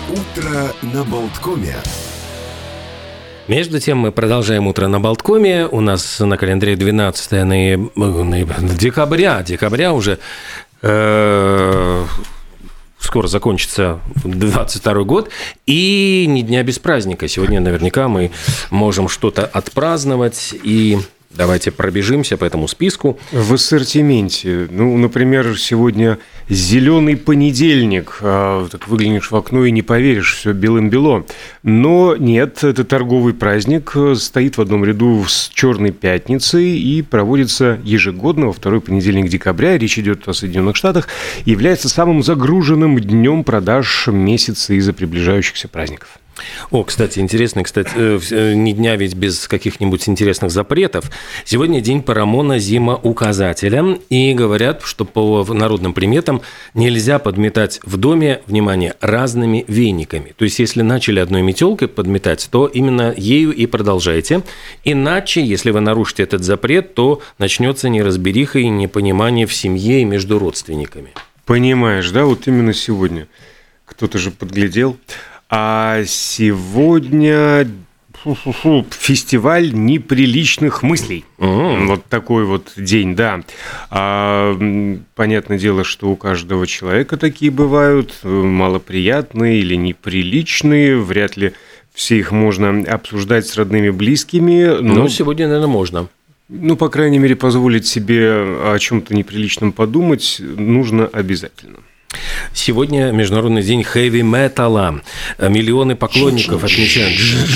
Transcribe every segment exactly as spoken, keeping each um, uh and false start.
Утро на Болткоме. Между тем мы продолжаем утро на Болткоме. У нас на календаре двенадцатое декабря. Декабря уже э, скоро закончится двадцать второй год. И ни дня без праздника. Сегодня наверняка мы можем что-то отпраздновать. И давайте пробежимся по этому списку. В ассортименте. Ну, например, сегодня зеленый понедельник. А, так выглянешь в окно и не поверишь, все белым-бело. Но нет, это торговый праздник. Стоит в одном ряду с Черной пятницей и проводится ежегодно во второй понедельник декабря. Речь идет о Соединенных Штатах. Является самым загруженным днем продаж месяца из-за приближающихся праздников. О, кстати, интересно, кстати, ни дня ведь без каких-нибудь интересных запретов. Сегодня день Парамона зимоуказателя, и говорят, что по народным приметам нельзя подметать в доме, внимание, разными вениками. То есть, если начали одной метелкой подметать, то именно ею и продолжайте. Иначе, если вы нарушите этот запрет, то начнется неразбериха и непонимание в семье и между родственниками. Понимаешь, да, вот именно сегодня. Кто-то же подглядел. А сегодня фестиваль неприличных мыслей. Mm. Вот такой вот день, да. А, понятное дело, что у каждого человека такие бывают, малоприятные или неприличные. Вряд ли все их можно обсуждать с родными, близкими. Но, но сегодня, наверное, можно. Ну, по крайней мере, позволить себе о чем-то неприличном подумать нужно обязательно. Сегодня Международный день хэви-металла. Миллионы поклонников отмечают.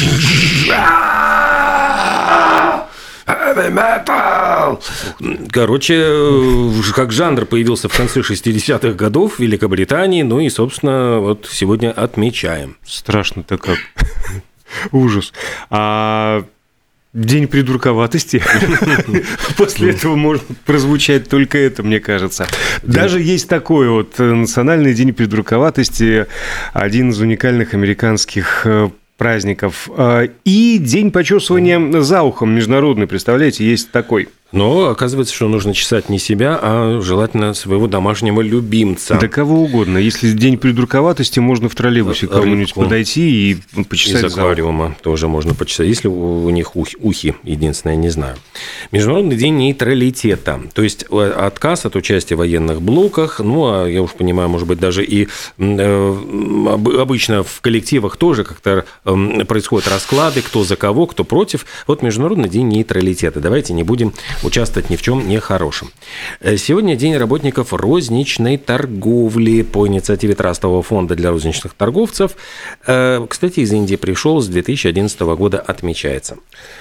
Хэви-метал! Короче, как жанр появился в конце шестидесятых годов в Великобритании. Ну и, собственно, вот сегодня отмечаем. Страшно-то как. Ужас. А... День придурковатости. После этого может прозвучать только это, мне кажется. Даже есть такой вот национальный день придурковатости, один из уникальных американских праздников. И день почесывания за ухом международный, представляете, есть такой. Но оказывается, что нужно чесать не себя, а желательно своего домашнего любимца. Да кого угодно. Если день придурковатости, можно в троллейбусе к кому-нибудь подойти и почесать. Из аквариума тоже можно почесать. Если у них ухи, ухи, единственное, я не знаю. Международный день нейтралитета. То есть отказ от участия в военных блоках. Ну, а я уж понимаю, может быть, даже и э, обычно в коллективах тоже как-то э, происходят расклады, кто за кого, кто против. Вот Международный день нейтралитета. Давайте не будем участвовать ни в чем нехорошем. Сегодня день работников розничной торговли по инициативе Трастового фонда для розничных торговцев. Кстати, из Индии пришел, с две тысячи одиннадцатого года отмечается.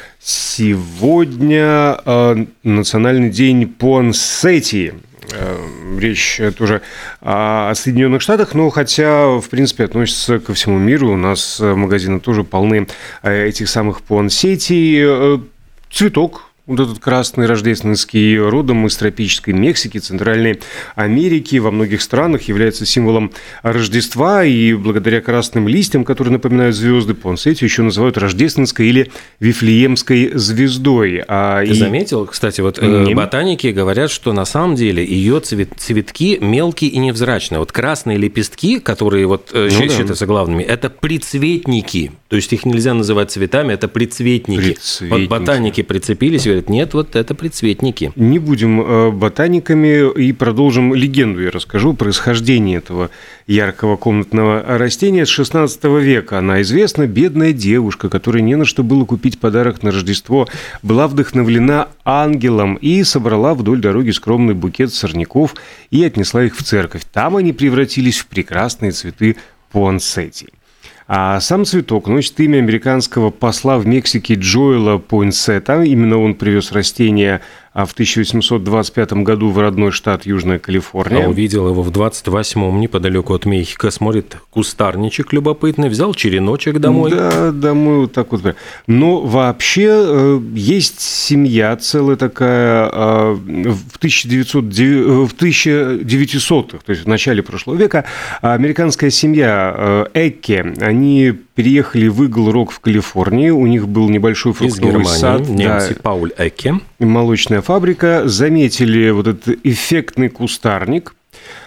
Сегодня э, национальный день пуансетии. Речь тоже о Соединенных Штатах, но хотя, в принципе, относится ко всему миру. У нас магазины тоже полны этих самых пуансетий. Цветок. Вот этот красный рождественский, родом из тропической Мексики, Центральной Америки, во многих странах является символом Рождества, и благодаря красным листьям, которые напоминают звезды, пуансетию еще называют рождественской или вифлеемской звездой. А Ты и... заметил, кстати, вот mm-hmm. ботаники говорят, что на самом деле ее цвет, цветки мелкие и невзрачные. Вот красные лепестки, которые вот ну, считаются да. главными, это прицветники. То есть их нельзя называть цветами, это прицветники. прицветники. Вот ботаники прицепились и говорят, нет, вот это прицветники. Не будем ботаниками и продолжим легенду. Я расскажу происхождение этого яркого комнатного растения с шестнадцатого века. Она известна, бедная девушка, которой не на что было купить подарок на Рождество, была вдохновлена ангелом и собрала вдоль дороги скромный букет сорняков и отнесла их в церковь. Там они превратились в прекрасные цветы пуансетии. А сам цветок носит имя американского посла в Мексике Джоэла Пойнсета. Именно он привез растение в тысяча восемьсот двадцать пятом году в родной штат Южная Калифорния. А увидел его в двадцать восьмом, неподалеку от Мехико. Смотрит, кустарничек любопытный, взял череночек домой. Да, домой вот так вот. Но вообще есть семья целая такая в тысяча девятисотых, то есть в начале прошлого века, американская семья Экке. Они переехали в Игл-Рок в Калифорнии. У них был небольшой фруктовый сад. Немцы, да, Пауль Экке. Молочная фабрика. Заметили вот этот эффектный кустарник.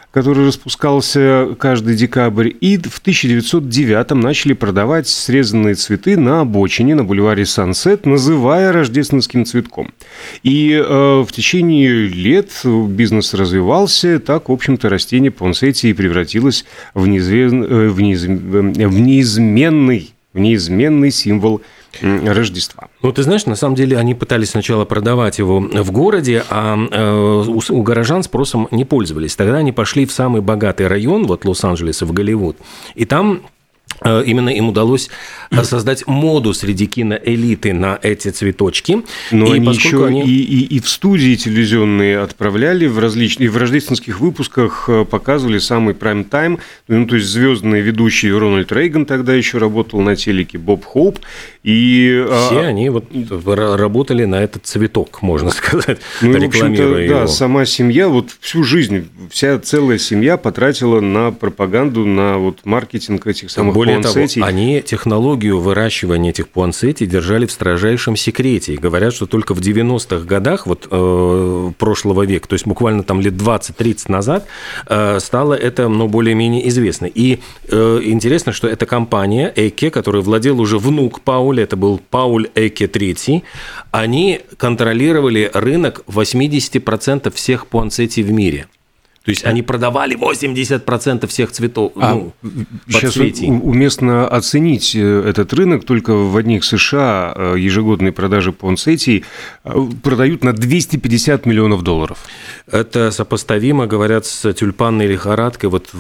который распускался каждый декабрь. И в тысяча девятьсот девятом начали продавать срезанные цветы на обочине, на бульваре Сансет, называя рождественским цветком. И э, в течение лет бизнес развивался, так, в общем-то, растение пуансетии превратилось в, неизвест... в, неиз... в неизменный, в неизменный символ Рождества. Ну, ты знаешь, на самом деле они пытались сначала продавать его в городе, а э, у, у горожан спросом не пользовались. Тогда они пошли в самый богатый район, вот Лос-Анджелеса, в Голливуд, и там именно им удалось создать моду среди киноэлиты на эти цветочки. Но и они еще они... И, и, и в студии телевизионные отправляли, в различные, и в рождественских выпусках показывали самый прайм-тайм. Ну, то есть звездные ведущие Рональд Рейган тогда еще работал на телеке, Боб Хоуп. И... Все они вот работали на этот цветок, можно сказать, ну, рекламируя его. Да, сама семья, вот всю жизнь, вся целая семья потратила на пропаганду, на вот маркетинг этих самых пуансетий. Более того, они технологию выращивания этих пуансетий держали в строжайшем секрете. И говорят, что только в девяностых годах вот, э, прошлого века, то есть буквально там лет двадцать-тридцать назад, э, стало это ну, более-менее известно. И э, интересно, что эта компания Эке, которой владел уже внук Пауля, это был Пауль Эке третий, они контролировали рынок восемьдесят процентов всех пуансетий в мире. То есть они продавали восемьдесят процентов всех цветов, а ну, сейчас уместно оценить этот рынок. Только в одних США ежегодные продажи пуансетий продают на двести пятьдесят миллионов долларов. Это сопоставимо, говорят, с тюльпанной лихорадкой вот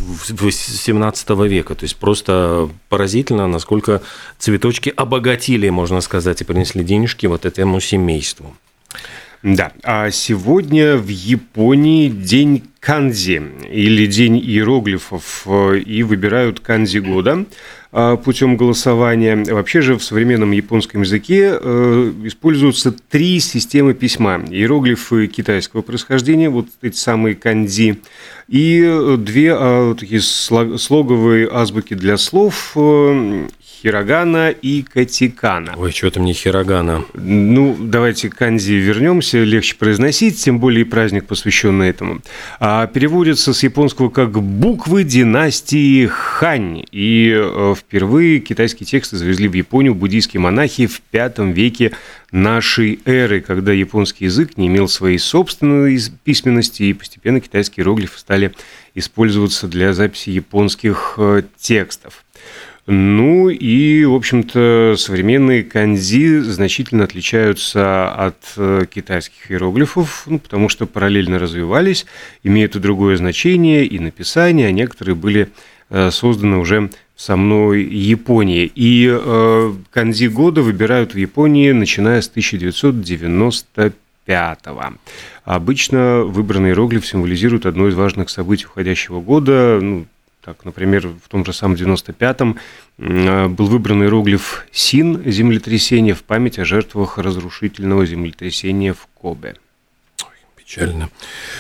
семнадцатого века. То есть просто поразительно, насколько цветочки обогатили, можно сказать, и принесли денежки вот этому семейству. Да, а сегодня в Японии день канзи или день иероглифов, и выбирают канзи года путем голосования. Вообще же в современном японском языке используются три системы письма. Иероглифы китайского происхождения, вот эти самые канзи, и две такие слоговые азбуки для слов – хирогана и катикана. Ой, что-то мне хирогана. Ну, давайте к канзи вернемся, легче произносить, тем более и праздник, посвященный этому. А переводится с японского как «буквы династии Хань». И впервые китайские тексты завезли в Японию буддийские монахи в пятом веке нашей эры, когда японский язык не имел своей собственной письменности, и постепенно китайские иероглифы стали использоваться для записи японских текстов. Ну и, в общем-то, современные канзи значительно отличаются от китайских иероглифов, ну, потому что параллельно развивались, имеют и другое значение, и написание, а некоторые были созданы уже в самой Японии. И э, канзи года выбирают в Японии, начиная с тысяча девятьсот девяносто пятого. Обычно выбранный иероглиф символизирует одно из важных событий уходящего года. Ну, так, например, в том же самом девяносто пятом был выбран иероглиф «Син» – землетрясение в память о жертвах разрушительного землетрясения в Кобе. Ой, печально.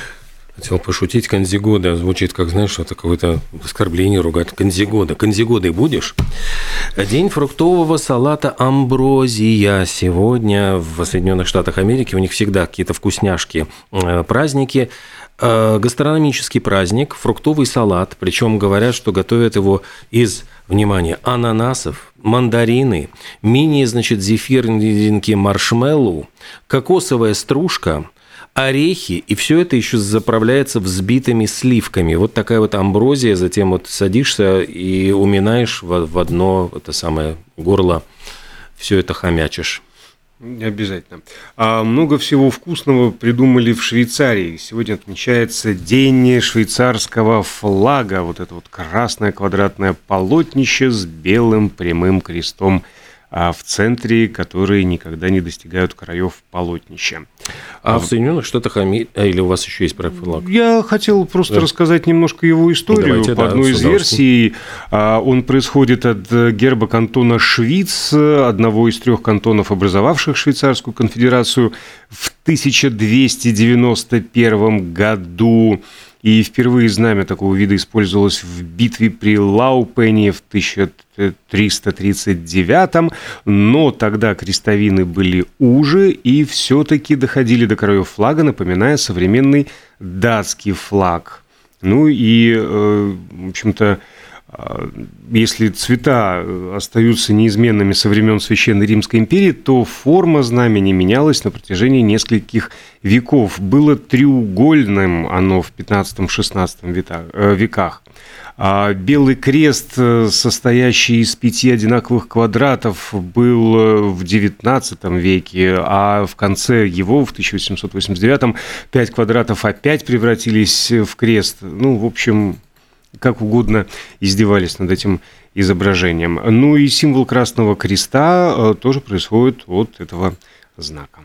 Хотел пошутить, канзи года звучит как, знаешь, что-то какое-то оскорбление, ругать. Канзи года. Канзи годой будешь? День фруктового салата амброзия. Сегодня в Соединенных Штатах Америки у них всегда какие-то вкусняшки, праздники. Гастрономический праздник, фруктовый салат, причем говорят, что готовят его из, внимание, ананасов, мандарины, мини, значит, зефиринки маршмеллоу, кокосовая стружка, орехи, и все это еще заправляется взбитыми сливками. Вот такая вот амброзия, затем вот садишься и уминаешь в одно это самое горло, все это хомячишь. Обязательно. А много всего вкусного придумали в Швейцарии. Сегодня отмечается День швейцарского флага. Вот это вот красное квадратное полотнище с белым прямым крестом в центре, которые никогда не достигают краев полотнища. А, а в Соединенных Штатах Америки, или у вас еще есть про флаг? Я хотел просто да. рассказать немножко его историю. Давайте, По да, одной из версий, он происходит от герба кантона Швиц, одного из трех кантонов, образовавших Швейцарскую конфедерацию, в тысяча двести девяносто первом году. И впервые знамя такого вида использовалось в битве при Лаупене в тысяча триста тридцать девятом, но тогда крестовины были уже и все-таки доходили до краев флага, напоминая современный датский флаг. Ну и, в общем-то, если цвета остаются неизменными со времен Священной Римской империи, то форма знамени менялась на протяжении нескольких веков. Было треугольным оно в пятнадцатом-шестнадцатом веках. А белый крест, состоящий из пяти одинаковых квадратов, был в девятнадцатом веке, а в конце его, в тысяча восемьсот восемьдесят девятом, пять квадратов опять превратились в крест. Ну, в общем, как угодно издевались над этим изображением. Ну и символ Красного Креста тоже происходит от этого знака.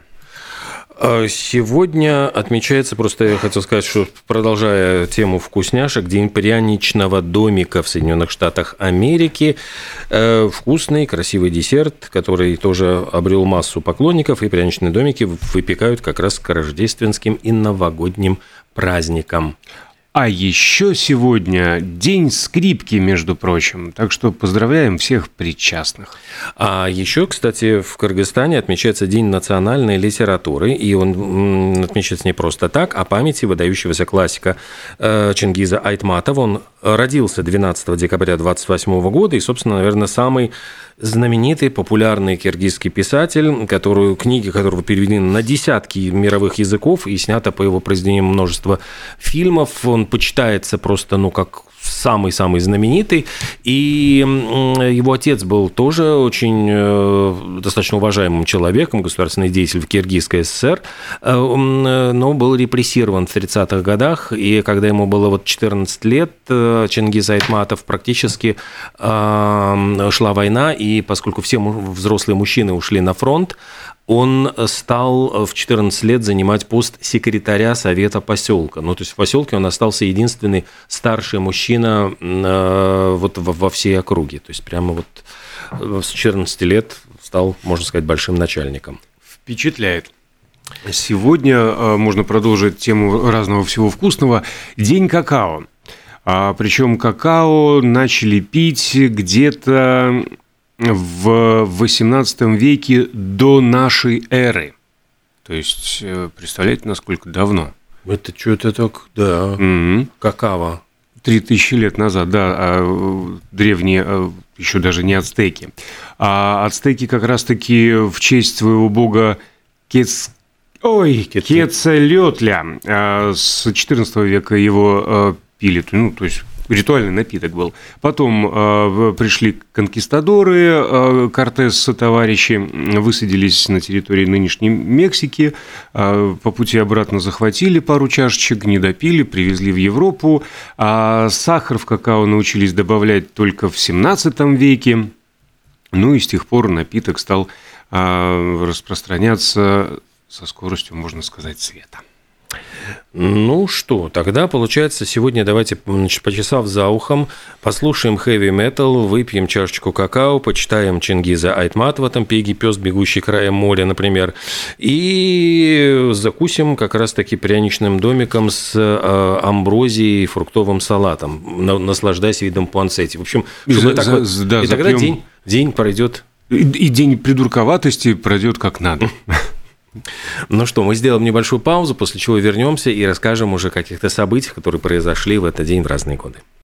Сегодня отмечается, просто я хотел сказать, что, продолжая тему вкусняшек, День пряничного домика в Соединенных Штатах Америки. Вкусный, красивый десерт, который тоже обрел массу поклонников, и пряничные домики выпекают как раз к рождественским и новогодним праздникам. А еще сегодня день скрипки, между прочим. Так что поздравляем всех причастных. А еще, кстати, в Кыргызстане отмечается День национальной литературы. И он отмечается не просто так, а памяти выдающегося классика Чингиза Айтматова. Он родился двенадцатого декабря двадцать восьмого года. И, собственно, наверное, самый знаменитый, популярный киргизский писатель, которую, книги которого переведены на десятки мировых языков и снято по его произведениям множество фильмов. Он почитается просто, ну, как самый-самый знаменитый. И его отец был тоже очень достаточно уважаемым человеком, государственный деятель в Киргизской ССР, но был репрессирован в тридцатых годах, и когда ему было вот четырнадцать лет, Чингиз Айтматов, практически шла война, и поскольку все взрослые мужчины ушли на фронт, он стал в четырнадцать лет занимать пост секретаря совета поселка. Ну, то есть в поселке он остался единственный старший мужчина вот во всей округе. То есть прямо вот с четырнадцати лет стал, можно сказать, большим начальником. Впечатляет. Сегодня можно продолжить тему разного всего вкусного. День какао. А, причем какао начали пить где-то в восемнадцатом веке до нашей эры. То есть, представляете, насколько давно? Это что-то так, да, mm-hmm. какао. Три тысячи лет назад, да, а древние, еще даже не ацтеки. А ацтеки как раз-таки в честь своего бога Кец... Ой, Кецалётля с четырнадцатого века его пили, ну, то есть ритуальный напиток был. Потом э, пришли конкистадоры, э, Кортес сотоварищи, высадились на территории нынешней Мексики, э, по пути обратно захватили пару чашечек, не допили, привезли в Европу. А сахар в какао научились добавлять только в семнадцатом веке. Ну и с тех пор напиток стал э, распространяться со скоростью, можно сказать, света. Ну что, тогда, получается, сегодня давайте, значит, почесав за ухом, послушаем хэви-метал, выпьем чашечку какао, почитаем Чингиза Айтматова, там «Пеги пёс, бегущий краем моря», например, и закусим как раз-таки пряничным домиком с амброзией и фруктовым салатом, наслаждаясь видом пуансетти. В общем, чтобы за, так за, вот... да, и тогда день, день пройдет... И, и день придурковатости пройдет как надо. Ну что, мы сделаем небольшую паузу, после чего вернемся и расскажем уже о каких-то событиях, которые произошли в этот день в разные годы.